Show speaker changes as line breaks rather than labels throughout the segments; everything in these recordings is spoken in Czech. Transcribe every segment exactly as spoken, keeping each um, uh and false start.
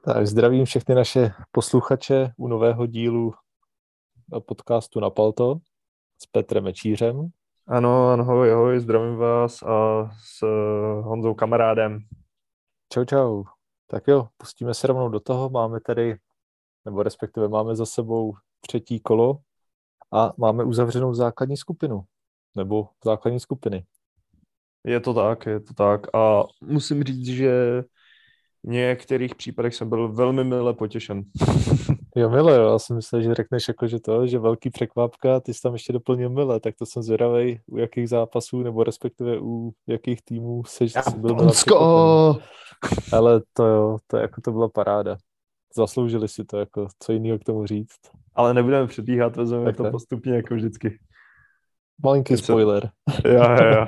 Tak zdravím všechny naše posluchače u nového dílu podcastu Na Palto s Petrem Mečířem.
Ano, ahoj, ahoj, zdravím vás a s eh, Honzou kamarádem.
Čau, čau. Tak jo, pustíme se rovnou do toho. Máme tady, nebo respektive máme za sebou třetí kolo a máme uzavřenou základní skupinu, nebo základní skupiny.
Je to tak, je to tak a musím říct, že v některých případech jsem byl velmi mile potěšen.
Jo, Mile, já jsem myslel, že řekneš jako, že to, že velký překvapka, ty jsi tam ještě doplnil Mile, tak to jsem zvědavej, u jakých zápasů, nebo respektive u jakých týmů jsi, jsi byl Mile překvapený. Ale to jo, to, jako to byla paráda. Zasloužili si to, jako co jiného k tomu říct.
Ale nebudeme předbíhat, vezmeme
Tak
to
ne?
postupně jako vždycky.
Malinký
Teď se-
spoiler.
Jo, jo, jo.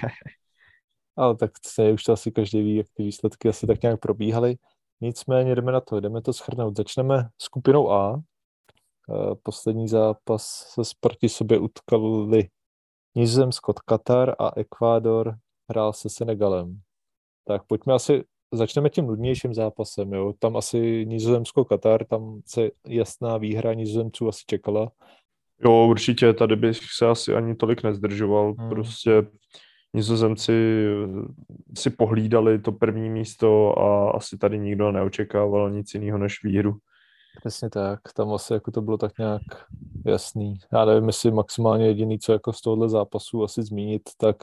Ale tak se, už to asi každý ví, jak ty výsledky asi tak nějak probíhaly. Nicméně jdeme na to, jdeme to shrnout. Začneme skupinou A. Eh, Poslední zápas se proti sobě utkali Nizozemsko, Katar a Ekvádor hrál se Senegalem. Tak pojďme asi, začneme tím nudnějším zápasem. Jo. Tam asi Nizozemsko, Katar, tam se jasná výhra Nizozemců asi čekala.
Jo, určitě, tady bych se asi ani tolik nezdržoval,
Hmm.
prostě Nizozemci si pohlídali to první místo a asi tady nikdo neočekával nic jiného než výhru.
Přesně tak, tam asi jako to bylo tak nějak jasný. Já nevím, jestli maximálně jediný, co jako z tohohle zápasu asi zmínit, tak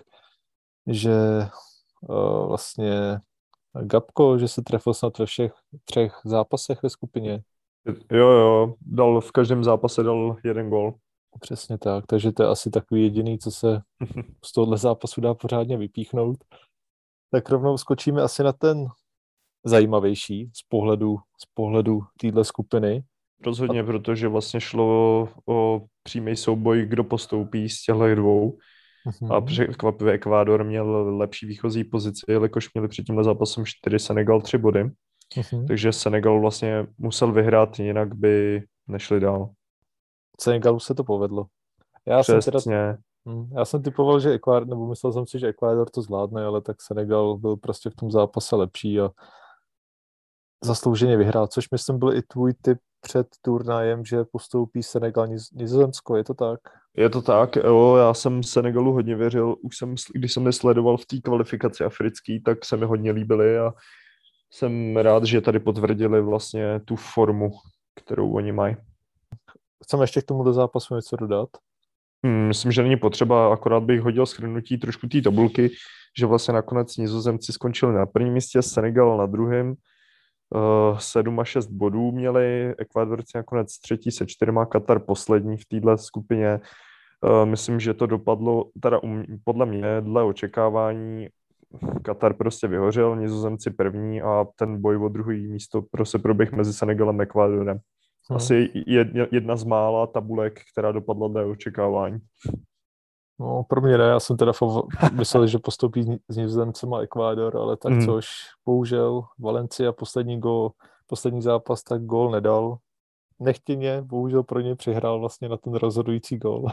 že uh, vlastně Gabko, že se trefil snad ve všech třech zápasech ve skupině.
Jo, jo, dal v každém zápase dal jeden gól.
Přesně tak, takže to je asi takový jediný, co se z tohohle zápasu dá pořádně vypíchnout. Tak rovnou skočíme asi na ten zajímavější z pohledu, z pohledu téhle skupiny.
Rozhodně, protože vlastně šlo o přímý souboj, kdo postoupí z těchto dvou.
Mhm.
A překvapivě Ekvádor měl lepší výchozí pozici, jelikož měli před tímhle zápasem čtyři, Senegal tři body.
Mhm.
Takže Senegal vlastně musel vyhrát, jinak by nešli dál.
Senegalu se to povedlo. Já jsem teda
Přesně.
Hm, Já jsem typoval, že Ekvádor, nebo myslel jsem si, že Ekvádor to zvládne, ale tak Senegal byl prostě v tom zápase lepší a zaslouženě vyhrál, což myslím byl i tvůj tip před turnajem, že postoupí Senegal Niz- Nizozemsko, je to tak?
Je to tak, jo, já jsem Senegalu hodně věřil, už jsem, když jsem je sledoval v té kvalifikaci africký, tak se mi hodně líbily a jsem rád, že tady potvrdili vlastně tu formu, kterou oni mají.
Chceme ještě k tomu do zápasu něco dodat?
Hmm, myslím, že není potřeba, akorát bych hodil shrnutí trošku té tabulky, že vlastně nakonec Nizozemci skončili na prvním místě, Senegal na druhém, uh, sedm a šest bodů měli, Ekvádorci nakonec třetí se čtyřma, Katar poslední v téhle skupině. Uh, myslím, že to dopadlo, teda um, podle mě, dle očekávání, Katar prostě vyhořel, Nizozemci první a ten boj o druhé místo prostě proběh mezi Senegalem a Ekvádorem.
Hmm.
Asi jedna, jedna z mála tabulek, která dopadla dle očekávání.
No, pro mě ne, já jsem teda fov- myslel, že postoupí s- s Nizozemcem a Ekvádor, ale tak
Mhm.
což bohužel Valencia poslední gól, poslední zápas tak gól nedal. Nechtěně, bohužel pro něj přihrál vlastně na ten rozhodující gól.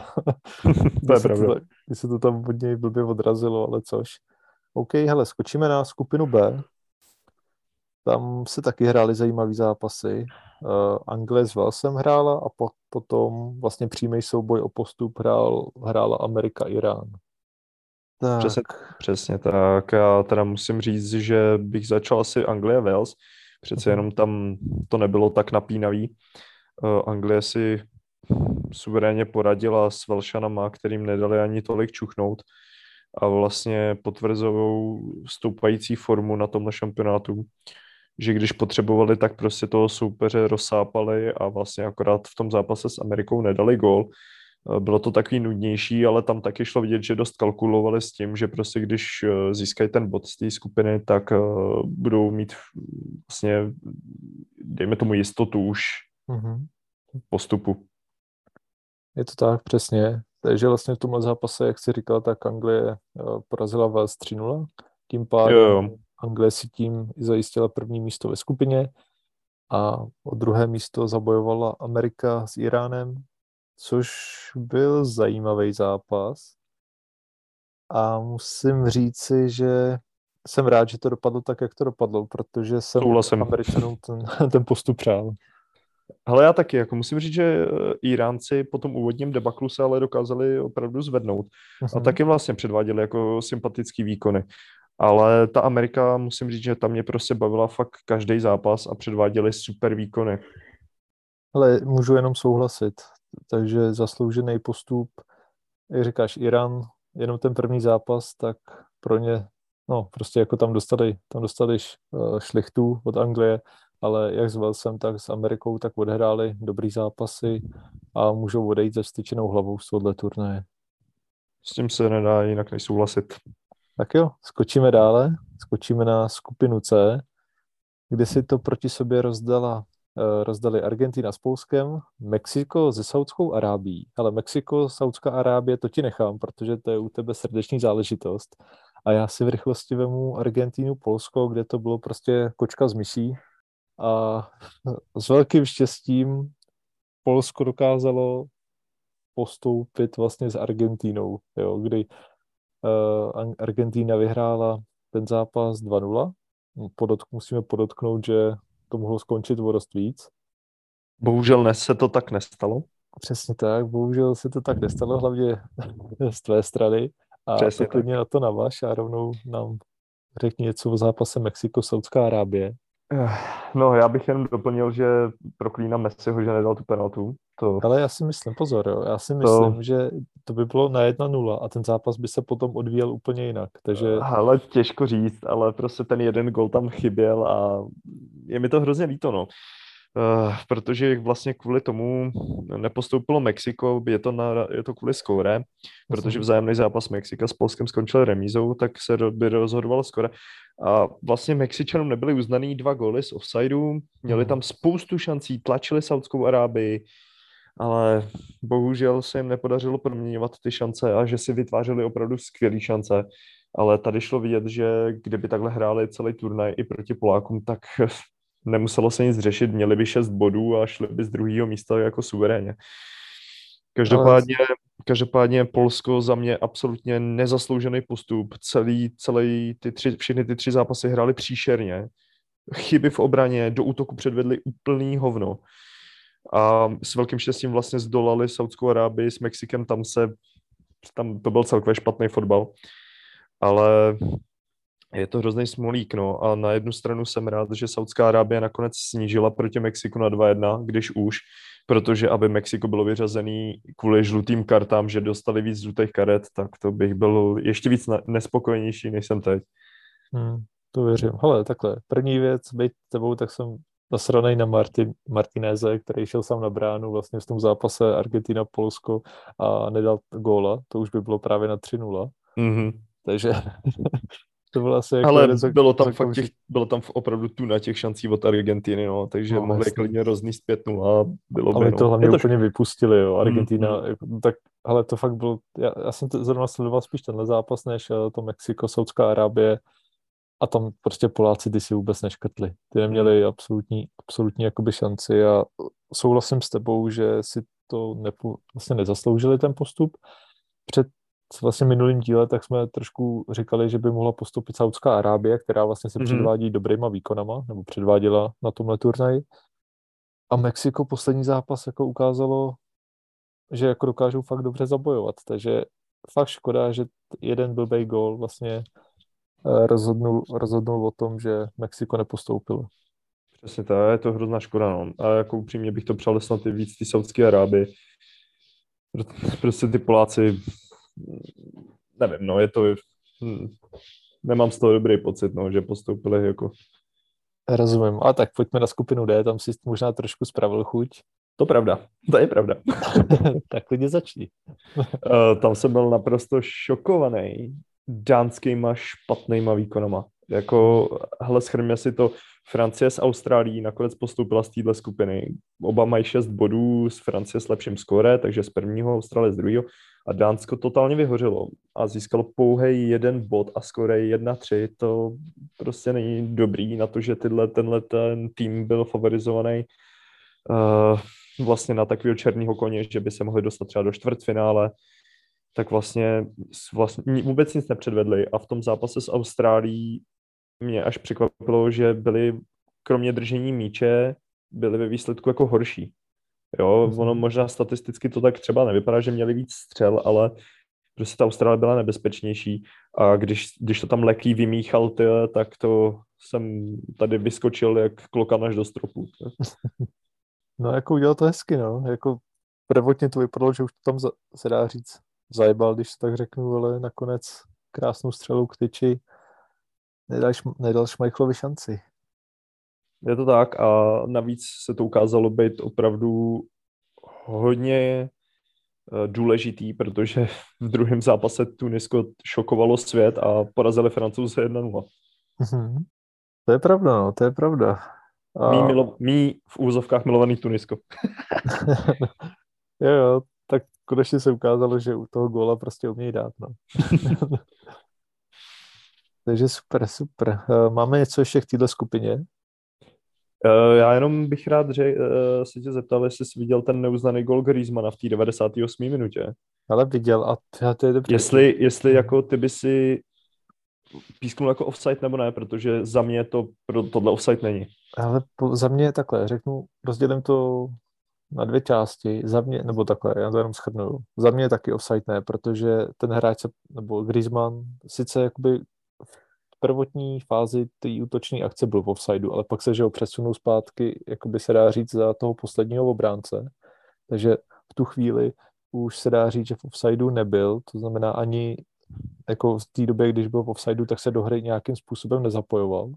To je
Kdy se
pravda.
to, kdy se to tam od něj blbě odrazilo, ale což. OK, hele, skočíme na skupinu B. Tam se taky hrály zajímavý zápasy. Uh, Anglie s Walesem hrála a po, potom vlastně přímý souboj o postup hrál, hrála Amerika Irán. Tak,
Přesně, přesně tak. Já teda musím říct, že bych začal asi Anglie Wales. Přece
Mhm.
jenom tam to nebylo tak napínavý. Uh, Anglie si suverénně poradila s Velšanama, kterým nedali ani tolik čuchnout a vlastně potvrzují stoupající formu na tomhle šampionátu, že když potřebovali, tak prostě toho soupeře rozsápali a vlastně akorát v tom zápase s Amerikou nedali gól. Bylo to takový nudnější, ale tam taky šlo vidět, že dost kalkulovali s tím, že prostě když získají ten bod z té skupiny, tak budou mít vlastně, dejme tomu, jistotu už
Mhm.
postupu.
Je to tak, přesně. Takže vlastně v tomhle zápase, jak jsi říkal, tak Anglie uh, porazila Wales tři nula. Tím pádem
Jo, jo.
Anglie si tím i zajistila první místo ve skupině a o druhé místo zabojovala Amerika s Iránem, což byl zajímavý zápas. A musím říci, že jsem rád, že to dopadlo tak, jak to dopadlo, protože jsem
Souhlasím.
Američanům ten, ten postup přál.
Hele, já taky, jako musím říct, že Iránci po tom úvodním debaklu se ale dokázali opravdu zvednout a
Mhm.
taky vlastně předváděli jako sympatický výkony. Ale ta Amerika, musím říct, že tam mě prostě bavila fakt každý zápas a předváděli super výkony.
Ale můžu jenom souhlasit, takže zasloužený postup, jak říkáš, Irán, jenom ten první zápas, tak pro ně, no prostě jako tam dostali, tam dostali š- eh, šlichtu od Anglie, ale jak s Walesem, tak s Amerikou, tak odehráli dobrý zápasy a můžou odejít se vstyčenou hlavou z tohohle turnaje.
S tím se nedá jinak než souhlasit.
Tak jo, skočíme dále, skočíme na skupinu C, kde si to proti sobě rozdala, eh, rozdali Argentina s Polskem, Mexiko se Saudskou Arábií. Ale Mexiko, Saudská Arábie, to ti nechám, protože to je u tebe srdeční záležitost. A já si v rychlosti vemu Argentínu, Polsko, kde to bylo prostě kočka z myší. A s velkým štěstím Polsko dokázalo postoupit vlastně s Argentínou, jo, kdy uh, Argentína vyhrála ten zápas dva nula. Podotk, musíme podotknout, že to mohlo skončit o dost víc.
Bohužel dnes se to tak nestalo.
Přesně tak, bohužel se to tak nestalo, hlavně z tvé strany. A
Přesně
to klidně
tak.
na to navaž a rovnou nám řekni něco o zápase Mexiko-Saudská Arábie.
Eh, No, já bych jenom doplnil, že proklínám Messiho, že nedal tu penaltu. To,
Ale já si myslím, pozor, jo, já si
to,
myslím, že to by bylo na jedna nula a ten zápas by se potom odvíjel úplně jinak. Takže
hele, těžko říct, ale prostě ten jeden gol tam chyběl a je mi to hrozně líto, no. Uh, protože vlastně kvůli tomu nepostoupilo Mexiko, je to, na, je to kvůli skóre, protože vzájemný zápas Mexika s Polskem skončil remízou, tak se ro- by rozhodovalo skóre. A vlastně Mexičanům nebyly uznaný dva góly z offsideu, měli tam spoustu šancí, tlačili Saudskou Arábii, ale bohužel se jim nepodařilo proměňovat ty šance a že si vytvářeli opravdu skvělé šance. Ale tady šlo vidět, že kdyby takhle hráli celý turnaj i proti Polákům, tak nemuselo se nic řešit, měli by šest bodů a šli by z druhého místa jako suverénně.
ale
Každopádně, každopádně Polsko za mě absolutně nezasloužený postup. Celý, celý ty tři, všechny ty tři zápasy hráli příšerně. Chyby v obraně, do útoku předvedli úplný hovno. A s velkým štěstím vlastně zdolali Saudskou Arábii s Mexikem, tam se, tam to byl celkově špatný fotbal. Ale je to hrozný smolík, no. A na jednu stranu jsem rád, že Saudská Arábie nakonec snížila proti Mexiku na dva jedna, když už, protože aby Mexiko bylo vyřazený kvůli žlutým kartám, že dostali víc žlutých karet, tak to bych byl ještě víc nespokojenější, než jsem teď.
hmm, to věřím. Hele, takhle, první věc, být tebou, tak jsem nasranej na Martin, Martineze, který šel sám na bránu vlastně v tom zápase Argentina-Polsko a nedal góla, to už by bylo právě na tři nula.
Mm-hmm.
Takže to bylo asi jako
ale
jeden z
bylo tam fakt těch, bylo tam opravdu tu na těch šancí od Argentiny, no, takže
no,
mohli
jasný.
klidně rozníst pět nula a bylo
ale
by,
my to
no.
hlavně
to
úplně vypustili, jo, Argentina,
mm,
jako, tak, ale to fakt bylo, já, já jsem to zrovna sledoval spíš tenhle zápas, než uh, to Mexiko, Saudská Arábie a tam prostě Poláci ty si vůbec neškrtli, ty neměli absolutní, absolutní jakoby šanci a souhlasím s tebou, že si to nepo, vlastně nezasloužili ten postup. Před vlastně minulým díle tak jsme trošku říkali, že by mohla postupit Saudská Arábie, která vlastně se
mm-hmm.
předvádí dobrýma výkonama, nebo předváděla na tomhle turnaji. A Mexiko poslední zápas jako ukázalo, že jako dokážou fakt dobře zabojovat, takže fakt škoda, že jeden blbej gól vlastně rozhodnul, rozhodnul o tom, že Mexiko nepostoupilo.
Přesně tak, je to hrozná škoda, no. A jako upřímně bych to přál snad i víc ty Saudské Arábii. Prostě ty Poláci, nevím, no, je to, hm, nemám z toho dobrý pocit, no, že postoupili jako.
Rozumím. A tak pojďme na skupinu D, tam si možná trošku spravil chuť.
To pravda, to je pravda.
Tak klidně začni.
uh, tam jsem byl naprosto šokovaný dánskýma špatnýma výkonama. Jako, hele, shrňme si to, Francie s Austrálií nakonec postoupila z téhle skupiny. Oba mají šest bodů, z Francie s lepším skóre, takže z prvního, Austrálie z druhého. A Dánsko totálně vyhořelo a získalo pouhý jeden bod a skóre jedna tři. To prostě není dobrý na to, že tyhle, tenhle ten tým byl favorizovaný uh, vlastně na takového černého koně, že by se mohli dostat třeba do čtvrtfinále, tak vlastně, vlastně vůbec nic nepředvedli a v tom zápase s Austrálií mě až překvapilo, že byli kromě držení míče, byli ve výsledku jako horší. Jo, ono možná statisticky to tak třeba nevypadá, že měli víc střel, ale prostě ta Austrálie byla nebezpečnější a když, když to tam Leký vymíchal, ty, tak to jsem tady vyskočil jak klokan až do stropu. Ty.
No, jako udělal to hezky, no. Jako prvotně to vypadalo, že už to tam za, se dá říct zajebal, když to tak řeknu, ale nakonec krásnou střelou k tyči nedal, šm, nedal Šmajchlovi šanci.
Je to tak a navíc se to ukázalo být opravdu hodně důležitý, protože v druhém zápase Tunisko šokovalo svět a porazili Francouze jedna nula.
Mhm. To je pravda, no, to je pravda. A...
Mí, milo, mí v úzovkách milovaný Tunisko.
jo, jo, tak konečně se ukázalo, že u toho góla prostě umějí dát, no. Takže super, super. Máme něco ještě k této skupině?
Uh, já jenom bych rád že, uh, se tě zeptal, jestli jsi viděl ten neuznaný gol Griezmana v té devadesáté osmé minutě.
Ale viděl a to je dobře.
Jestli, jestli jako ty by si písknul jako offside nebo ne, protože za mě to pro tohle offside není.
Ale po, za mě takhle, řeknu, rozdělím to na dvě části, za mě, nebo takhle, já to jenom shrnu. Za mě taky offside ne, protože ten hráč, nebo Griezmann, sice jakoby v prvotní fázi té útoční akce byl v offsideu, ale pak se, že ho přesunul zpátky, jakoby se dá říct, za toho posledního obránce. Takže v tu chvíli už se dá říct, že v offsideu nebyl, to znamená ani jako v té době, když byl v offsideu, tak se do hry nějakým způsobem nezapojoval.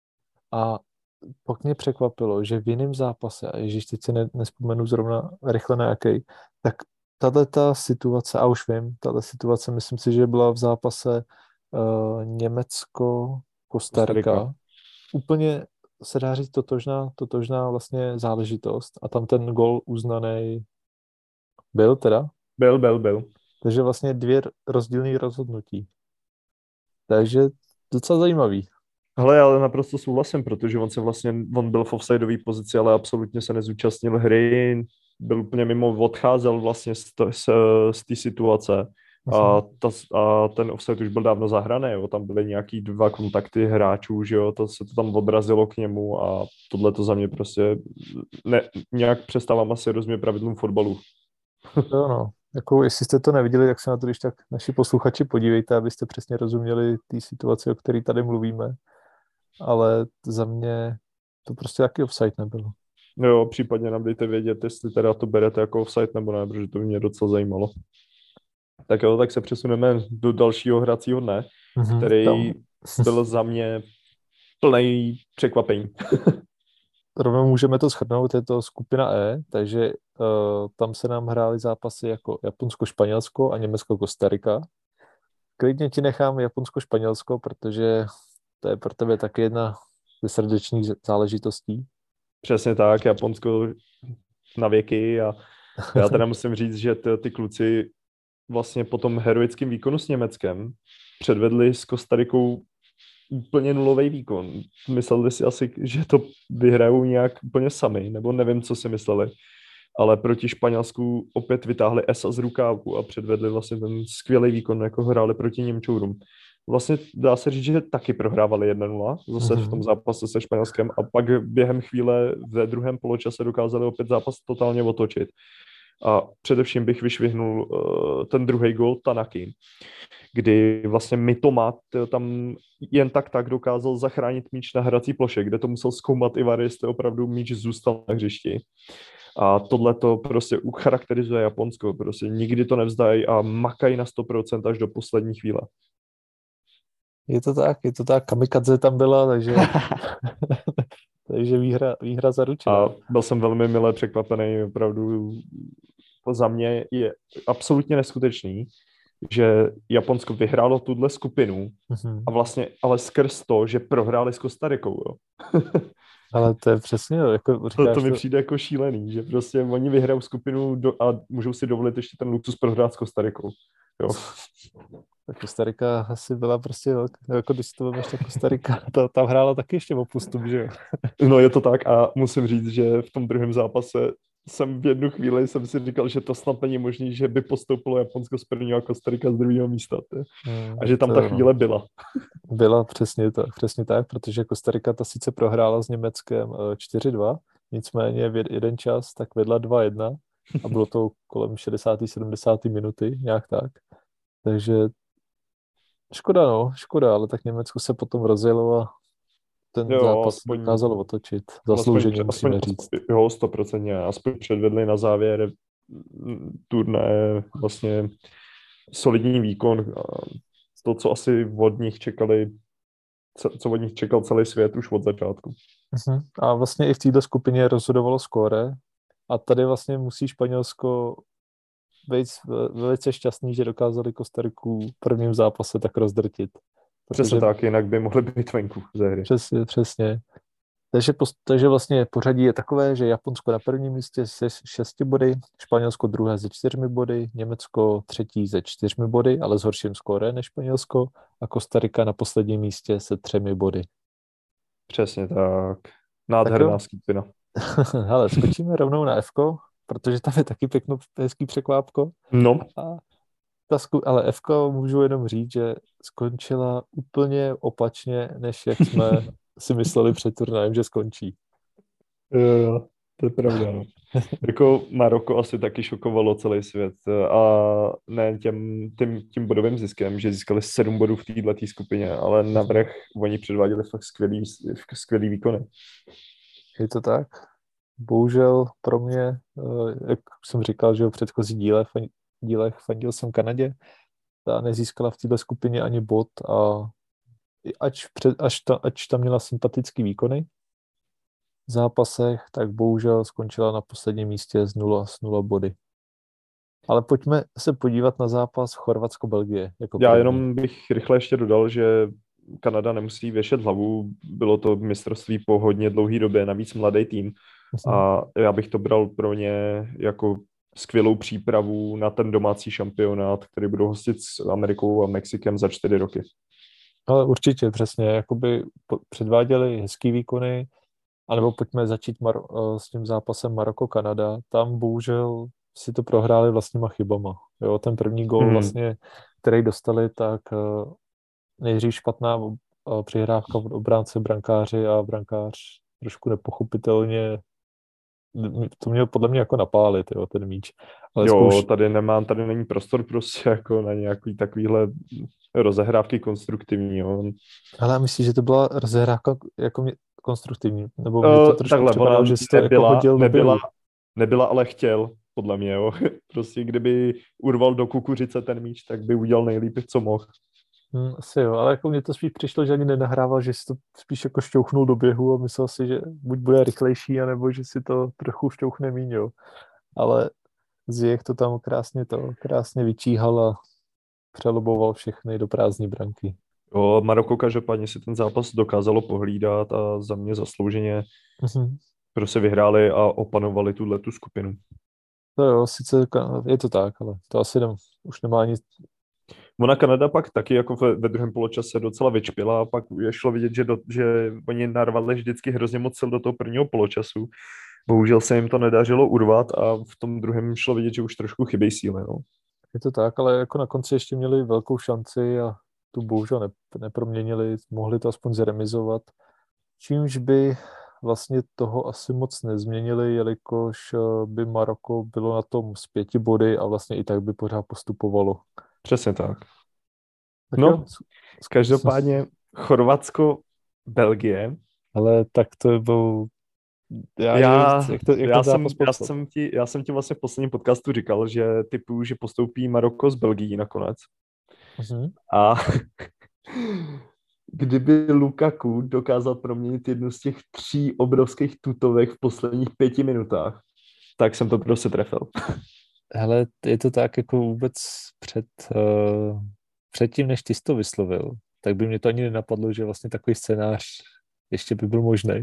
A pak mě překvapilo, že v jiném zápase, a ježiš, teď si ne, nespomenu zrovna rychle na jaký, tak tato situace, a už vím, tato situace, myslím si, že byla v zápase uh, Německo-Kostarika. Úplně se dá říct totožná, totožná vlastně záležitost a tam ten gol uznaný byl teda?
Byl, byl, byl.
Takže vlastně dvě rozdílné rozhodnutí. Takže docela zajímavý.
Hele, ale naprosto souhlasím, protože on se vlastně, on byl v offsideové pozici, ale absolutně se nezúčastnil hry, byl úplně mimo, odcházel vlastně z, z, z té situace a, ta, a ten offside už byl dávno zahraný, jo. Tam byly nějaký dva kontakty hráčů, že jo, to se to tam odrazilo k němu a tohle to za mě prostě ne, nějak přestávám asi rozumět pravidlům fotbalu.
Jo, no. Jako, jestli jste to neviděli, tak se na to, když tak naši posluchači podívejte, abyste přesně rozuměli té situaci, o které tady mluvíme. Ale za mě to prostě taky offside nebylo.
Jo, případně nám dejte vědět, jestli teda to berete jako offside nebo ne, protože to by mě docela zajímalo. Tak jo, tak se přesuneme do dalšího hracího dne, mm-hmm, který tam byl za mě plný překvapení.
Rovnou můžeme to shrnout, je to skupina E, takže uh, tam se nám hrály zápasy jako Japonsko-Španělsko a Německo-Kostarika. Klidně ti nechám Japonsko-Španělsko, protože to je pro tebe taky jedna ze srdečních záležitostí.
Přesně tak, Japonsko na věky a já teda musím říct, že ty, ty kluci vlastně po tom heroickém výkonu s Německem předvedli s Kostarikou úplně nulový výkon. Mysleli si asi, že to vyhrajou nějak úplně sami, nebo nevím, co si mysleli, ale proti Španělsku opět vytáhli esa z rukávu a předvedli vlastně ten skvělý výkon, jako hráli proti Němčůrům. Vlastně dá se říct, že taky prohrávali jedna nula zase mm-hmm. v tom zápase se Španělskem a pak během chvíle ve druhém poločase dokázali opět zápas totálně otočit. A především bych vyšvihnul uh, ten druhý gol Tanaki, kdy vlastně Mitoma tam jen tak tak dokázal zachránit míč na hrací ploše, kde to musel zkoumat i V A R, jestli opravdu míč zůstal na hřišti. A tohle to prostě ucharakterizuje Japonsko, prostě nikdy to nevzdají a makají na sto procent až do poslední chvíle.
Je to tak, je to tak, kamikadze tam byla, takže, takže výhra, výhra zaručená.
A byl jsem velmi milé překvapený, opravdu za mě je absolutně neskutečný, že Japonsko vyhrálo tuhle skupinu mm-hmm. a vlastně, ale skrz to, že prohráli s Kostarikou, jo.
Ale to je přesně, jako
říkáš, to, to mi přijde jako šílený, že prostě oni vyhrajou skupinu do, a můžou si dovolit ještě ten luxus prohrát s Kostarikou, jo.
Tak Kostarika asi byla prostě, jako když to vemeš, tak Kostarika, ta, tam hrála taky ještě o postup, že jo?
No je to tak a musím říct, že v tom druhém zápase jsem v jednu chvíli jsem si říkal, že to snad není možné, že by postoupilo Japonsko z prvního a Kostarika z druhého místa. Tě. A
Hmm,
že tam
to
ta
jo, no.
chvíle byla.
Byla přesně tak, přesně tak, protože Kostarika ta sice prohrála s Německem eh, čtyři dva, nicméně v jed- jeden čas tak vedla dva jedna a bylo to kolem šedesáté sedmdesáté minuty, nějak tak. Takže škoda, no, škoda, ale tak Německo se potom rozjelo a ten
Jo,
zápas
aspoň,
dokázalo otočit.
aspoň,
Zaslouženě,
aspoň,
musíme říct.
aspoň jo, stoprocentně, aspoň předvedli na závěr mm, turnaje vlastně solidní výkon. A to, co asi od nich čekali, co, co od nich čekal celý svět už od začátku.
Mhm. A vlastně i v této skupině rozhodovalo skóre a tady vlastně musí Španělsko být velice šťastný, že dokázali Kostariku v prvním zápase tak rozdrtit.
Přesně
Protože
tak, jinak by mohli být venku ze hry.
přesně, přesně. Takže, pos- takže vlastně pořadí je takové, že Japonsko na prvním místě se šesti body, Španělsko druhé se čtyřmi body, Německo třetí se čtyřmi body, ale s horším skóre než Španělsko a Kostarika na posledním místě se třemi body.
Přesně tak.
Tak jo,
Nádherná skupina.
hele, skočíme rovnou na Fko, protože tam je taky pěkno, hezký překvápko.
No,
A ta sku- ale Fko můžu jenom říct, že skončila úplně opačně, než jak jsme si mysleli před turnajem, že skončí.
jo, to je pravda. No. Jako Maroko asi taky šokovalo celý svět a ne těm, tím, tím bodovým ziskem, že získali sedm bodů v této skupině, ale navrch oni předváděli fakt skvělý, skvělý výkony.
Je to tak. Bohužel pro mě, eh, jak jsem říkal, že v předchozí díle, fan- dílech fandil jsem Kanadě, ta nezískala v této skupině ani bod a i ač, před, až ta, ač tam měla sympatický výkony v zápasech, tak bohužel skončila na posledním místě z nula, s nula body. Ale pojďme se podívat na zápas Chorvatsko-Belgie. Jako
Já
první.
jenom bych rychle ještě dodal, že Kanada nemusí věšet hlavu, bylo to mistrovství po hodně dlouhé době, navíc mladý tým a já bych to bral pro ně jako skvělou přípravu na ten domácí šampionát, který budou hostit s Amerikou a Mexikem za čtyři roky.
Ale určitě, přesně, jakoby po- předváděli hezký výkony, anebo pojďme začít Mar- s tím zápasem Maroko-Kanada. Tam bohužel si to prohráli vlastníma chybama. Jo, ten první gól
Hmm.
vlastně, který dostali, tak eh, nejdřív špatná eh, přihrávka od obránce brankáři a brankář trošku nepochopitelně to měl podle mě jako napálit, jo, ten míč. Ale
Jo,
zkouš...
tady nemám, tady není prostor prostě jako na nějaký takovýhle rozehrávky konstruktivní, jo.
Ale myslíš, že to byla rozehrávka jako mě, konstruktivní? Nebo mě to
Uh,
trošku
takhle,
připadalo,
ona
že jsi to jako
nebyla,
hodil do
nebyla,
běhu.
nebyla, ale chtěl, podle mě, jo. Prostě kdyby urval do kukuřice ten míč, tak by udělal nejlíp, co mohl.
Hmm, asi jo, ale jako mně to spíš přišlo, že ani nenahrával, že si to spíš jako šťouchnul do běhu a myslel si, že buď bude rychlejší, anebo že si to trochu šťouchne míň, jo. Ale Ziyech to tam krásně to, krásně vyčíhal a přeloboval všechny do prázdné branky.
Jo, Maroko každopádně si ten zápas dokázalo pohlídat a za mě zaslouženě
Mhm.
prostě vyhráli a opanovali tuhle tu skupinu.
To jo, sice je to tak, ale to asi nem, už nemá nic.
Ona Kanada pak taky jako ve, ve druhém poločase docela vyčpěla a pak je šlo vidět, že, do, že oni narvali vždycky hrozně moc sil do toho prvního poločasu. Bohužel se jim to nedařilo urvat a v tom druhém šlo vidět, že už trošku chybějí síly. No.
Je to tak, ale jako na konci ještě měli velkou šanci a tu bohužel ne, neproměnili, mohli to aspoň zremizovat. Čímž by vlastně toho asi moc nezměnili, jelikož eh, by Maroko bylo na tom s pěti body a vlastně i tak by pořád postupovalo.
Přesně tak.
Tak
No,
jo.
každopádně Chorvatsko, Belgie.
Ale tak to byl... Já,
Já,
nevím, jak, to, jak
já,
ten
jsem,
zápas
já,
popsat.
jsem ti, já jsem ti vlastně v posledním podcastu říkal, že typuju, že postoupí Maroko z Belgii nakonec.
Mhm.
A kdyby Lukaku dokázal proměnit jednu z těch tří obrovských tutovek v posledních pěti minutách, tak jsem to prostě trefil.
Hele, je to tak jako vůbec před, uh, předtím, než ty jsi to vyslovil, tak by mě to ani nenapadlo, že vlastně takový scénář ještě by byl možný.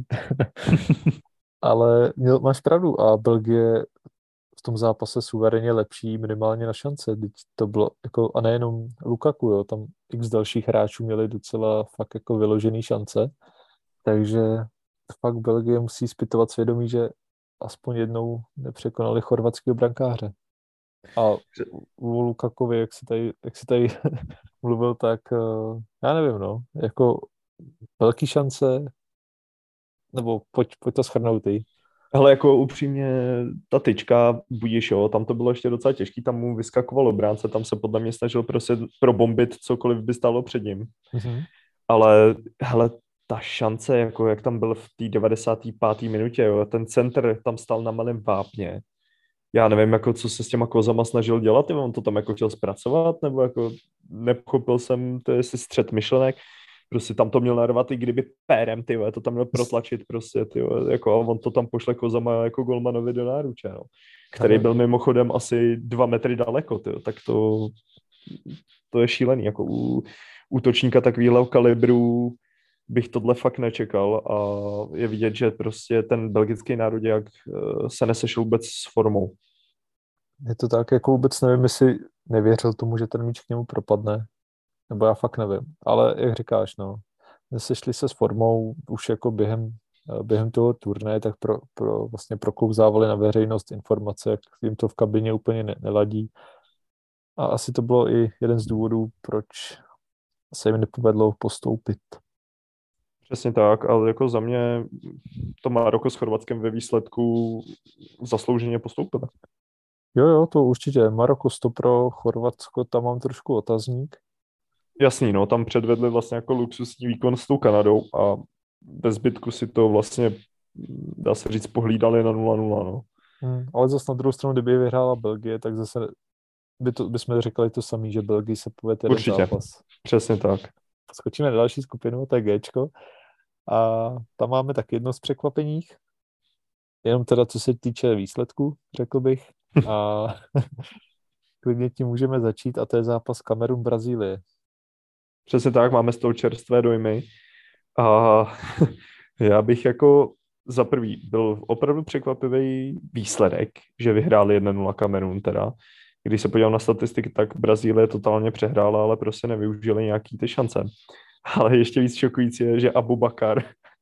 Ale měl, máš pravdu a Belgie v tom zápase suverénně lepší minimálně na šance. Teď to bylo jako, a nejenom Lukaku, jo, tam x dalších hráčů měli docela fakt jako vyložený šance, takže fakt Belgie musí zpytovat svědomí, že aspoň jednou nepřekonali chorvatského brankáře. A u Lukakovi, jak si tady, jak si tady mluvil, tak uh, já nevím, no, jako velký šance, nebo pojď, pojď to shrnout ty.
Hele, jako upřímně, ta tyčka, budíš, jo, tam to bylo ještě docela těžký, tam mu vyskakoval obránce, tam se podle mě snažil prostě probombit cokoliv by stálo před ním.
Mm-hmm.
Ale, hele, ta šance, jako jak tam byl v té devadesáté páté minutě, jo, ten center tam stál na malém vápně. Já nevím, jako co se s těma kozama snažil dělat, on to tam jako chtěl zpracovat, nebo jako nepochopil jsem, to je jestli střet myšlenek, prostě tam to měl narvat, i kdyby pérem, ty to tam měl protlačit prostě, ty jako a on to tam pošle kozama jako golmanovi do náruče, no, který byl mimochodem asi dva metry daleko, ty tak to, to je šílený, jako u útočníka takovýhle kalibru bych tohle fakt nečekal a je vidět, že prostě ten belgický nároďák se nesešel vůbec s formou.
Je to tak, jako vůbec nevím, jestli nevěřil tomu, že ten míč k němu propadne, nebo já fakt nevím, ale jak říkáš, no, nesešli se s formou už jako během, během toho turnaje, tak pro, pro, vlastně proklouzávali na veřejnost informace, jak jim to v kabině úplně ne, neladí. A asi to bylo i jeden z důvodů, proč se jim nepovedlo postoupit.
Přesně tak, ale jako za mě to Maroko s Chorvatskem ve výsledku zaslouženě postoupilo.
Jo, jo, to určitě. Maroko sto pro, Chorvatsko, tam mám trošku otazník.
Jasný, no, tam předvedli vlastně jako luxusní výkon s tou Kanadou a bez zbytku si to vlastně, dá se říct, pohlídali na nula nula, no.
Hmm, ale zase na druhou stranu, kdyby vyhrála Belgie, tak zase by to, bychom řekli to samý, že Belgii se povede jeden
Určitě.
zápas.
Přesně tak.
Skočíme na další skupinu, to je Géčko. A tam máme tak jedno z překvapeních. Jenom teda, co se týče výsledku, řekl bych. A klidně tím můžeme začít a to je zápas Kamerun-Brazílie.
Přesně tak, máme z toho čerstvé dojmy. A já bych jako za prvý byl opravdu překvapivý výsledek, že vyhráli jedna nula Kamerun teda. Když se podívám na statistiky, tak Brazílie totálně přehrála, ale prostě nevyužili nějaký ty šance. Ale ještě víc šokující je, že Abubakar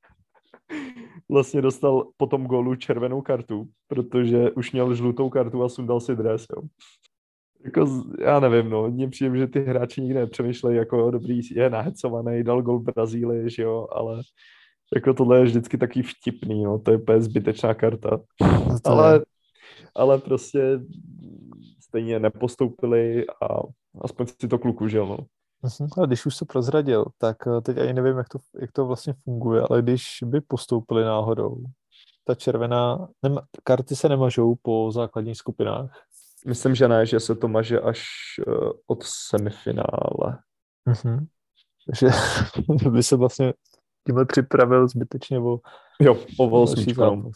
vlastně dostal po tom gólu červenou kartu, protože už měl žlutou kartu a sundal si dres, jo. Jako, já nevím, no, mně přijde, že ty hráči nikdy nepřemýšlejí, jako jo, dobrý, je nahecovaný, dal gól Brazílii, že jo, ale jako tohle je vždycky taky vtipný, no, to je úplně zbytečná karta. ale, ale prostě stejně nepostoupili a aspoň si to kluk užil, no.
A když už se prozradil, tak teď ani nevím, jak to, jak to vlastně funguje, ale když by postoupili náhodou, ta červená, nema, karty se nemažou po základních skupinách.
Myslím, že ne, že se to maže až uh, od semifinále.
Mhm. Takže by se vlastně tímhle připravil zbytečně o...
Jo, o osmičku.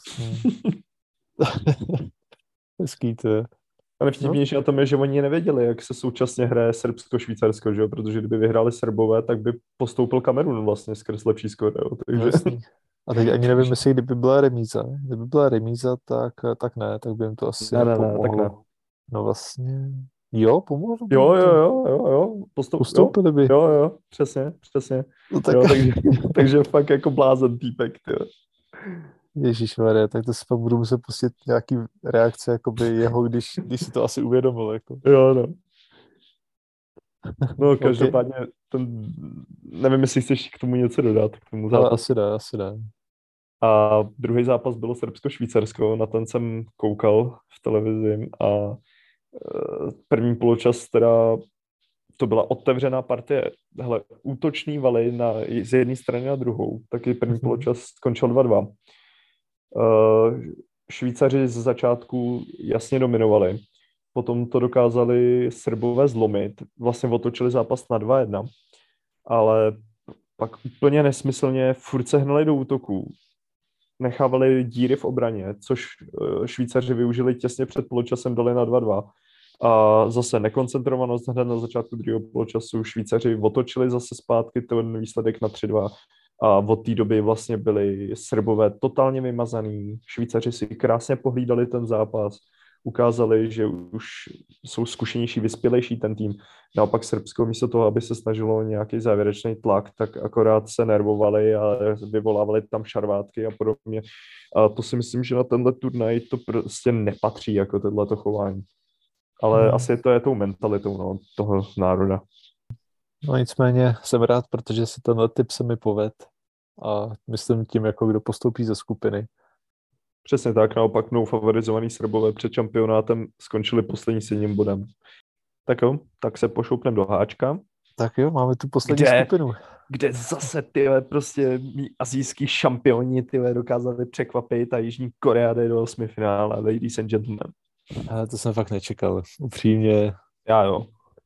Hezký to je.
A nejvtipnější no? na tom je, že oni nevěděli, jak se současně hraje Srbsko-Švýcarsko, že jo? Protože kdyby vyhráli Srbové, tak by postoupil Kamerun vlastně skrz lepší skóre, jo? Takže...
Jasný. A teď ani nevím, jestli kdyby byla remíza. Kdyby byla remíza, tak, tak ne, tak by jim to asi
ne, ne, ne, tak ne.
No vlastně, jo, pomohlo.
Jo, jo, jo, jo, jo. Postup,
Postoupili
jo,
by.
Jo, jo, přesně, přesně.
No tak...
jo, takže, takže fakt jako blázen týpek, jo.
Ježišmarja, tak to si pak budu muset pustit nějaký reakce, jakoby jeho, když, když si to asi uvědomil, jako.
Jo, no. No, každopádně, okay. ten, nevím, jestli chceš k tomu něco dodat. K tomu
Ale asi dá, asi dá.
A druhý zápas bylo Srbsko-Švýcarsko, na ten jsem koukal v televizi a první poločas teda to byla otevřená partie. Hele, útočný valy na, z jedné strany na druhou, taky první mm-hmm. poločas skončil dva dva. Uh, Švýcaři z začátku jasně dominovali, potom to dokázali Srbové zlomit, vlastně otočili zápas na dva jedna, ale pak úplně nesmyslně furt se hnali do útoku, nechávali díry v obraně, což Švýcaři využili těsně před poločasem, dali na dva dva. A zase nekoncentrovanost hned na začátku druhého poločasu. Švýcaři otočili zase zpátky ten výsledek na tři dva a od té doby vlastně byli Srbové totálně vymazaný. Švýcaři si krásně pohlídali ten zápas, ukázali, že už jsou zkušenější, vyspělejší ten tým. Naopak Srbsko místo toho, aby se snažilo o nějaký závěrečný tlak, tak akorát se nervovali a vyvolávali tam šarvátky a podobně. A to si myslím, že na tenhle turnaj to prostě nepatří jako tohleto chování. Ale hmm. asi to je tou mentalitou no, toho národa.
No nicméně jsem rád, protože si tenhle tip se mi poved a myslím tím, jako kdo postoupí ze skupiny.
Přesně tak, naopak mnou favorizovaný Srbové před šampionátem skončili poslední s jedním bodem. Tak jo, tak se pošoupneme do háčka.
Tak jo, máme tu poslední
kde,
skupinu.
Kde zase tyhle prostě asijský šampioni tyhle dokázali překvapit a Jižní Korea jde do osmi finále, ladies and gentlemen.
Ale to jsem fakt nečekal, upřímně.
Já jo.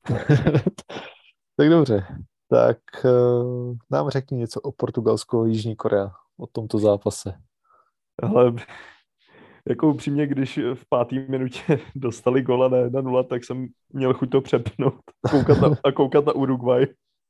Tak dobře, tak uh, nám řekni něco o Portugalsku a Jižní Korea, o tomto zápase.
Ale jako upřímně, když v páté minutě dostali gola na jedna nula, tak jsem měl chuť to přepnout koukat na, a koukat na Uruguay.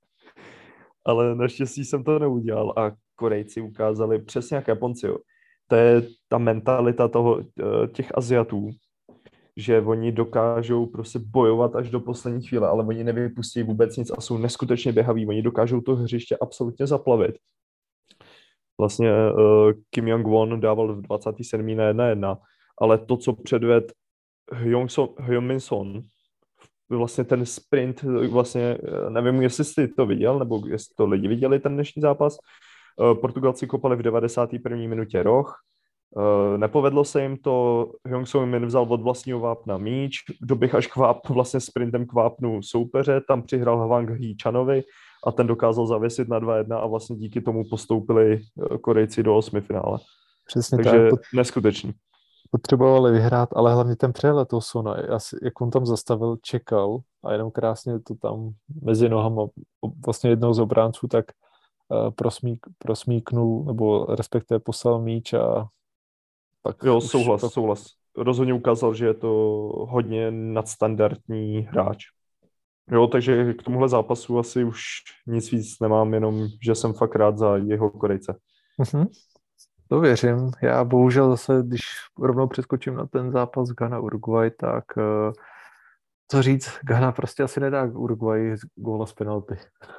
Ale naštěstí jsem to neudělal a Korejci ukázali přesně jak Japonci. Jo. To je ta mentalita toho, těch Asiatů, že oni dokážou prostě bojovat až do poslední chvíle, ale oni nevypustí vůbec nic a jsou neskutečně běhaví. Oni dokážou to hřiště absolutně zaplavit. Vlastně uh, Kim Jong-won dával v dvacáté sedmé na jedna jedna, ale to, co předved Heung-min Son, vlastně ten sprint, vlastně nevím, jestli jsi to viděl, nebo jestli to lidi viděli, ten dnešní zápas. Uh, Portugalci kopali v devadesáté první minutě roh, uh, nepovedlo se jim to, Heung-min vzal od vlastního vápna míč, doběh až k váp, vlastně sprintem k vápnu soupeře, tam přihrál Hwang Hee-chanovi, a ten dokázal zavěsit na dva jedna a vlastně díky tomu postoupili Korejci do osmi finále.
Přesně
takže
tak.
Pot- neskutečný.
Potřebovali vyhrát, ale hlavně ten přehled toho Sona, jak on tam zastavil, čekal a jenom krásně to tam mezi nohama vlastně jednou z obránců tak prosmík, prosmíknul, nebo respektive poslal míč a pak...
Jo, souhlas,
to...
souhlas. Rozhodně ukázal, že je to hodně nadstandardní hráč. Jo, takže k tomuhle zápasu asi už nic víc nemám, jenom, že jsem fakt rád za jeho Korejce.
Mm-hmm. To věřím. Já bohužel zase, když rovnou přeskočím na ten zápas Ghana-Uruguay, tak uh, co říct, Ghana prostě asi nedá Uruguay góla z penalty.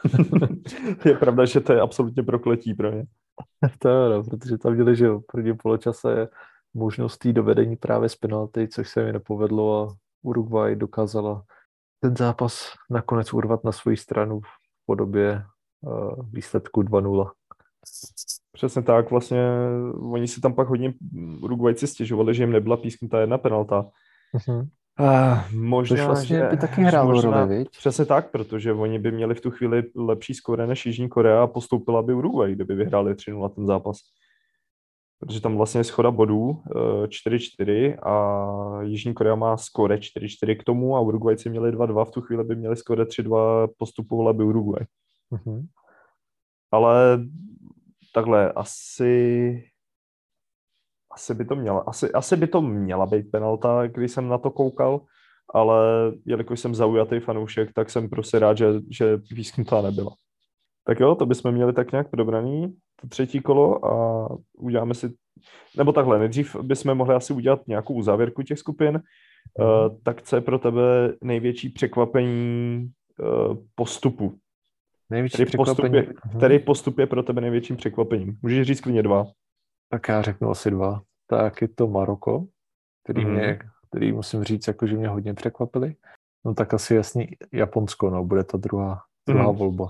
Je pravda, že to je absolutně prokletí pro ně.
To je no, protože tam měli, že v prvním poločase možnost tý dovedení právě z penalty, což se mi nepovedlo a Uruguay dokázala ten zápas nakonec urvat na svoji stranu v podobě uh, výsledku dva nula.
Přesně tak, vlastně oni si tam pak hodně Uruguayci stěžovali, že jim nebyla písknutá jedna penalta.
Uh-huh.
Uh, možná,
Což vlastně
že,
by taky hrálo
možná,
roli, viď?
Přesně tak, protože oni by měli v tu chvíli lepší skóre než Jižní Korea a postoupila by Uruguay, kdyby vyhráli tři nula ten zápas. Protože tam vlastně je schoda bodů čtyři čtyři a Jižní Korea má skóre čtyři čtyři k tomu a Uruguayci měli dva dva, v tu chvíli by měli skóre tři dva, postupovala by Uruguay.
Uh-huh.
Ale takhle, asi, asi by to měla, asi, asi by to měla být penalta, když jsem na to koukal, ale jelikož jsem zaujatý fanoušek, tak jsem prostě rád, že, že písknutá nebyla. Tak jo, to bychom měli tak nějak probraný, to třetí kolo a uděláme si, nebo takhle, nejdřív bychom mohli asi udělat nějakou závěrku těch skupin, uh, tak co je pro tebe největší překvapení uh, postupu?
Největší
který,
překvapení.
Postup je, který postup je pro tebe největším překvapením? Můžeš říct klidně dva.
Tak já řeknu asi dva. Tak je to Maroko, který, mm. mě, který musím říct, jako, že mě hodně překvapili. No tak asi jasně Japonsko, no, bude ta druhá, druhá mm. volba.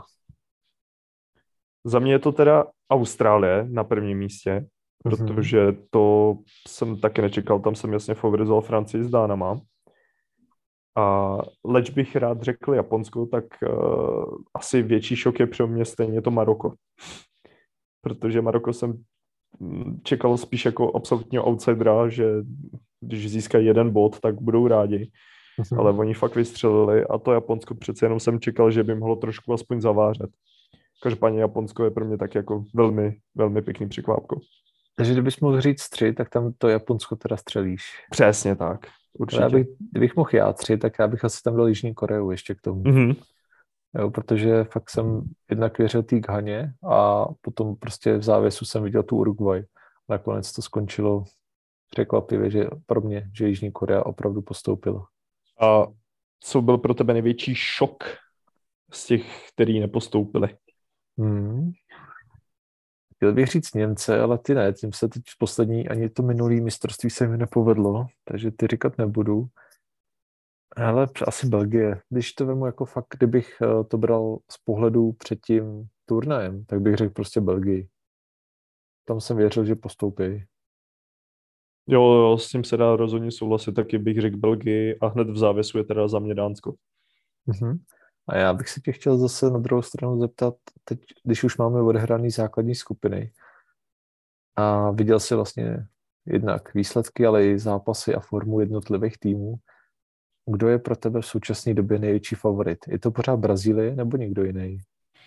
Za mě je to teda Austrálie na prvním místě, protože mm. to jsem taky nečekal, tam jsem jasně favorizoval Francii s Dánama. A leč bych rád řekl Japonsko, tak uh, asi větší šok je pro mě stejně to Maroko. Protože Maroko jsem čekal spíš jako absolutního outsidera, že když získají jeden bod, tak budou rádi. Uh-huh. Ale oni fakt vystřelili a to Japonsko přece jenom jsem čekal, že by mohlo trošku aspoň zavářet. Každopádně Japonsko je pro mě tak jako velmi, velmi pěkný překvápko.
Takže kdybych mohl říct tři, tak tam to Japonsko teda střelíš.
Přesně tak. Určitě.
Já bych, kdybych mohl já tři, tak já bych asi tam dal Jižní Koreu ještě k tomu.
Mm-hmm.
Jo, protože fakt jsem jednak věřil té Ghaně a potom prostě v závěsu jsem viděl tu Uruguay. Nakonec to skončilo překvapivě, že pro mě, že Jižní Korea opravdu postoupila.
A co byl pro tebe největší šok z těch, který nepostoupili?
Hmm. Chtěl bych říct Němce, ale ty ne, tím se teď v poslední, ani to minulý mistrovství se mi nepovedlo, takže ty říkat nebudu. Ale asi Belgie. Když to vemu jako fakt, kdybych eh, to bral z pohledu před tím turnajem, tak bych řekl prostě Belgii. Tam jsem věřil, že postoupí.
Jo, jo, s tím se dá rozhodně souhlasit, taky bych řekl Belgii a hned v závěsu je teda za mě Dánsko.
Mhm. A já bych se tě chtěl zase na druhou stranu zeptat, teď, když už máme odehraný základní skupiny a viděl jsi vlastně jednak výsledky, ale i zápasy a formu jednotlivých týmů, kdo je pro tebe v současné době největší favorit? Je to pořád Brazílie nebo někdo jiný?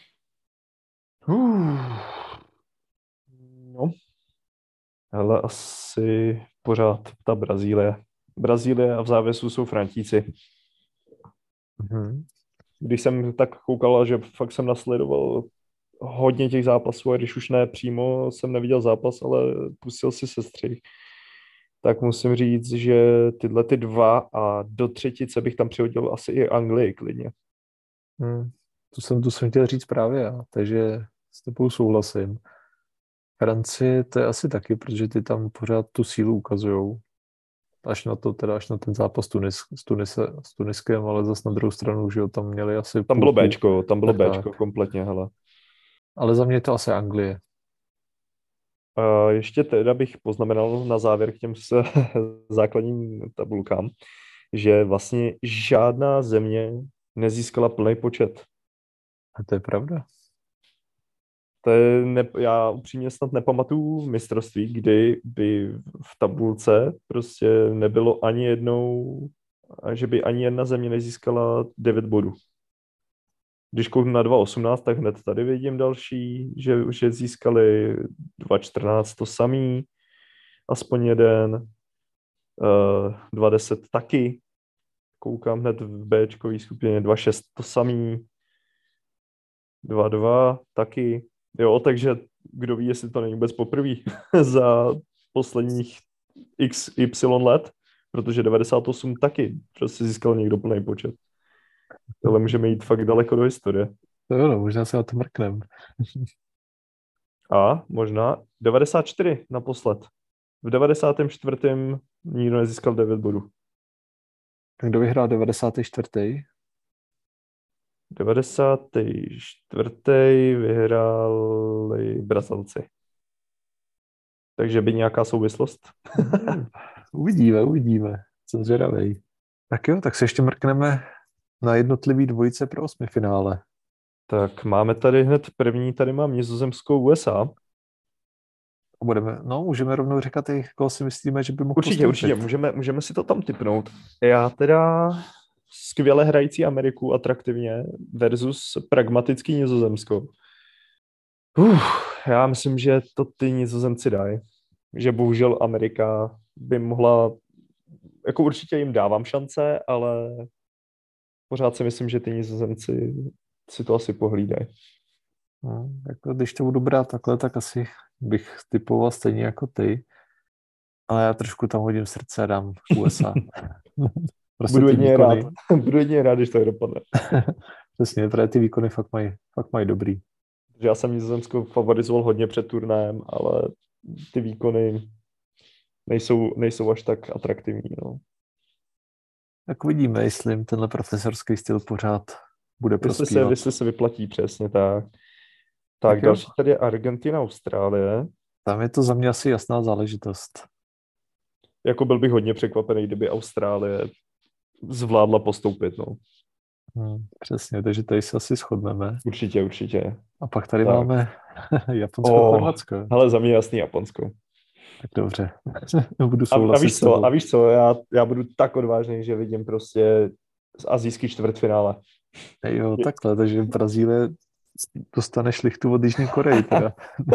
Uh. No, ale asi pořád ta Brazílie. Brazílie a v závěsu jsou Frantíci.
Mhm.
Když jsem tak koukal, že fakt jsem nasledoval hodně těch zápasů a když už ne přímo jsem neviděl zápas, ale pustil si sestřih, tak musím říct, že tyhle ty dva a do třetice bych tam přihodil asi i Anglii klidně.
Hmm. To jsem, to jsem chtěl říct právě já, takže s tebou souhlasím. Francie to je asi taky, protože ty tam pořád tu sílu ukazujou. Až na to, teda až na ten zápas Tunis, s, Tunise, s Tuniskem, ale zase na druhou stranu, že jo, tam měli asi
Tam bylo
půlku.
Bčko, tam bylo
Tak,
Bčko
tak.
kompletně, hele.
Ale za mě je to asi Anglie.
A ještě teda bych poznamenal na závěr k těm s- základním tabulkám, že vlastně žádná země nezískala plný počet.
A to je pravda.
To je ne, já upřímně snad nepamatuju mistrovství, kdy by v tabulce prostě nebylo ani jednou, a že by ani jedna země nezískala devět bodů. Když kouknu na dva osmnáct, tak hned tady vidím další, že, že získali dva čtrnáct to samý, aspoň jeden, uh, dva deset taky, koukám hned v Bčkový skupině, dva šest to samý, dva dva taky, jo, takže kdo ví, jestli to není vůbec poprvé za posledních x y let, protože devadesát osm taky prostě získal někdo plný počet. Ale můžeme jít fakt daleko do historie.
To jo, no, možná se na to mrknem.
A možná devadesát čtyři naposled. V devadesátém čtvrtém nikdo nezískal devět bodů.
Kdo vyhrál devadesát čtyři?
devadesátý čtvrtý vyhráli Brazilci. Takže by nějaká souvislost?
Hmm, uvidíme, uvidíme. Jsem zvědavej. Tak jo, tak se ještě mrkneme na jednotlivý dvojice pro osmifinále.
Tak máme tady hned první, tady mám Nizozemskou U S A.
Budeme, no, můžeme rovnou říkat i, koho si myslíme, že by mohl
Určitě,
postoupit.
určitě, můžeme, můžeme si to tam tipnout. Já teda skvěle hrající Ameriku atraktivně versus pragmatický Nizozemsko. Uf, já myslím, že to ty Nizozemci dají. Že bohužel Amerika by mohla, jako určitě jim dávám šance, ale pořád si myslím, že ty Nizozemci si to asi pohlídají.
No, jako když to budu brát takhle, tak asi bych typoval stejně jako ty. Ale já trošku tam hodím srdce a dám U S A. Prostě
Budu
ty
jedině
výkony,
rád. Budu jedině rád, když to dopadne.
přesně, protože ty výkony fakt mají, fakt mají dobrý.
Že já jsem Nizozemsko favorizoval hodně před turnajem, ale ty výkony nejsou, nejsou až tak atraktivní. No.
Tak uvidíme, jestli jim tenhle profesorský styl pořád bude
Jestli se,
prospívat.
jestli se vyplatí, přesně tak. Tak,
Tak jo.
další tady je Argentina, Austrálie.
Tam je to za mě asi jasná záležitost.
Jako byl bych hodně překvapený, kdyby Austrálie zvládla postoupit. No.
Hmm, přesně, takže tady se asi shodneme.
Určitě, určitě.
A pak tady
Tak.
máme Japonsko,
Oh,
Chorvatsko.
hele, za mě jasný Japonsko.
Tak dobře, budu
A,
souhlasit
a víš
s
co,
tebou.
a víš co, já, já budu tak odvážný, že vidím prostě z azijský čtvrtfinále.
Ej jo, takhle, takže Brazílie dostane šlichtu od Jižní Koreji teda.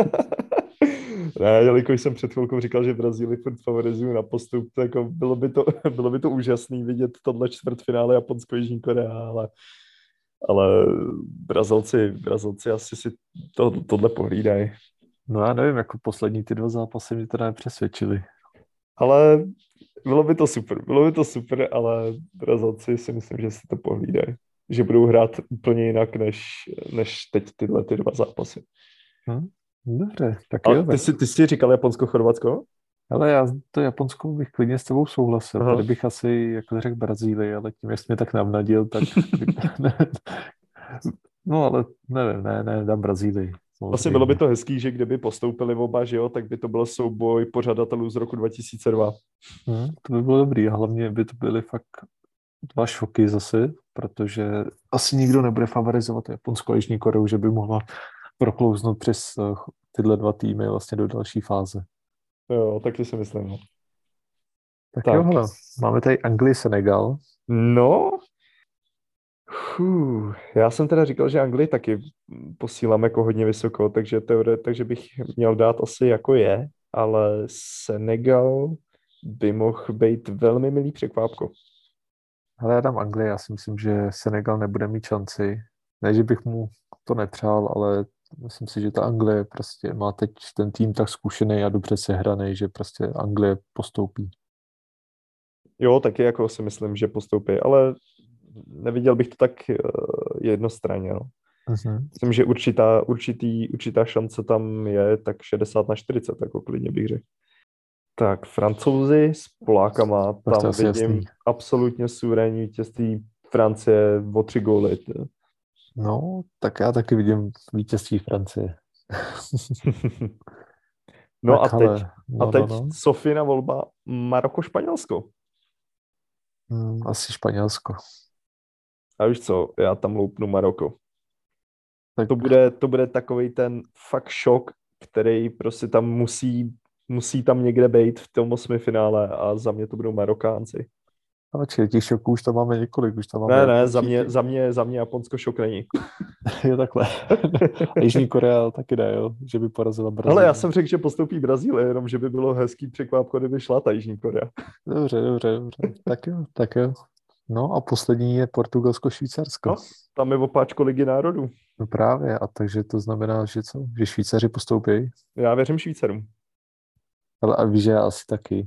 Ne, jelikož jsem před chvilkou říkal, že Brazílii furt favorizuju na postup, tak jako bylo by to, bylo by to úžasný vidět tohle čtvrtfinále Japonsko-Jižní Korea, ale, ale Brazilci, Brazilci asi si to, tohle pohlídají.
No já nevím, jako poslední ty dva zápasy mě teda nepřesvědčili.
Ale bylo by to super, bylo by to super, ale Brazilci si myslím, že si to pohlídají. Že budou hrát úplně jinak, než, než teď tyhle ty dva zápasy.
Hm? Dobře, tak
A
jo,
ty
tak.
jsi, ty jsi říkal Japonsko-Chorvatsko?
Ale já to Japonsko bych klidně s tebou souhlasil.
Aha.
Tady bych asi jako řekl Brazílii, ale tím, jak jsi mě tak navnadil, tak ne, no ale nevím, ne, ne, dám Brazílii,
Vlastně bylo by
samozřejmě.
to hezký, že kdyby postoupili oba, že jo, tak by to byl souboj pořadatelů z roku dva tisíce dva.
Hm, to by bylo dobrý a hlavně by to byly fakt dva šoky zase, protože asi nikdo nebude favorizovat Japonsko a Jižní Koreu, že by mohla proklouznout přes eh, tyhle dva týmy vlastně do další fáze.
Jo, taky si myslím. No.
Tak jo,
Tak,
hele, máme tady Anglii, Senegal.
no, Fuh, já jsem teda říkal, že Anglii taky posílám jako hodně vysoko, takže, teore, takže bych měl dát asi jako je, ale Senegal by mohl být velmi milý překvápko.
Ale já dám Anglii, já si myslím, že Senegal nebude mít šanci. Ne, že bych mu to nepřál, ale myslím si, že ta Anglie prostě má teď ten tým tak zkušený a dobře sehraný, že prostě Anglie postoupí.
Jo, taky jako si myslím, že postoupí, ale neviděl bych to tak uh, jednostranně. No.
Mhm.
Myslím, že určitá, určitý, určitá šance tam je tak šedesát na čtyřicet, jako klidně bych řekl. Tak, Francouzi s Polákama,
Tak to je
tam
asi
vidím
jasný.
absolutně suverénní vítězství Francie o tři góly.
No, tak já taky vidím vítězství Francie.
No a
Tak
teď,
ale,
a
no, no,
teď
no.
Sofina volba Maroko-Španělsko.
Hmm, asi Španělsko.
A víš co, já tam loupnu Maroko.
Tak
To bude, to bude takovej ten fakt šok, který prostě tam musí, musí tam někde být v tom osmi finále a za mě to budou Marokánci.
ale či, těch šoků už tam máme několik, už tam máme
Ne, ne, za
japonský
mě,
tým.
za mě, za mě Japonsko šok není.
Jo, takhle. A Jižní Korea taky ne, jo? Že by porazila
Ale já
Brazílii.
jsem řekl, že postoupí Brazílie, jenom že by bylo hezký překvápko, kdyby šla ta Jižní Korea.
Dobře, dobře, dobře. Tak jo, tak jo. No a poslední je Portugalsko-Švýcarsko.
No, tam je opáčko Ligy národů.
No právě, a takže to znamená, že co? Že Švýcaři postoupí?
Já věřím Švýcarům.
Ale a víš, že já asi taky.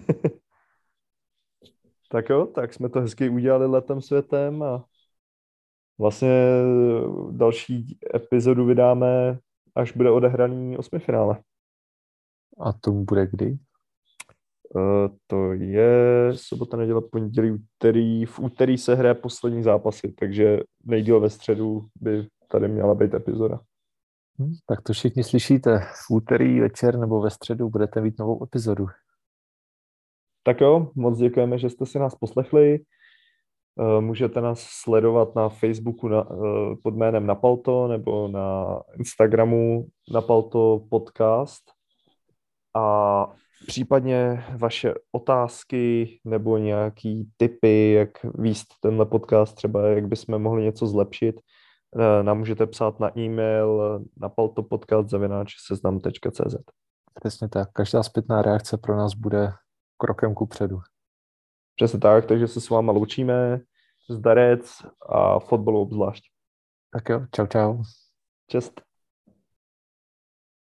Tak jo, tak jsme to hezky udělali letem světem a vlastně další epizodu vydáme, až bude odehraný osmifinále.
A tomu bude kdy?
Uh, to je sobota, neděle, pondělí, úterý. V úterý se hraje poslední zápasy, takže nejdýl ve středu by tady měla být epizoda.
Hm, tak to všichni slyšíte. V úterý večer nebo ve středu budete mít novou epizodu.
Tak jo, moc děkujeme, že jste si nás poslechli. Uh, můžete nás sledovat na Facebooku na, uh, pod jménem Napalto nebo na Instagramu Napalto podcast a případně vaše otázky nebo nějaký tipy, jak víst tenhle podcast, třeba jak bychom mohli něco zlepšit, uh, nám můžete psát na e-mail napaltopodcast zavináč seznam tečka cé zet.
Přesně tak. Každá zpětná reakce pro nás bude krokem ku předu.
Přesně tak, takže se s váma loučíme. Zdarec a fotbalu obzvlášť.
Tak jo, čau, čau.
Čest.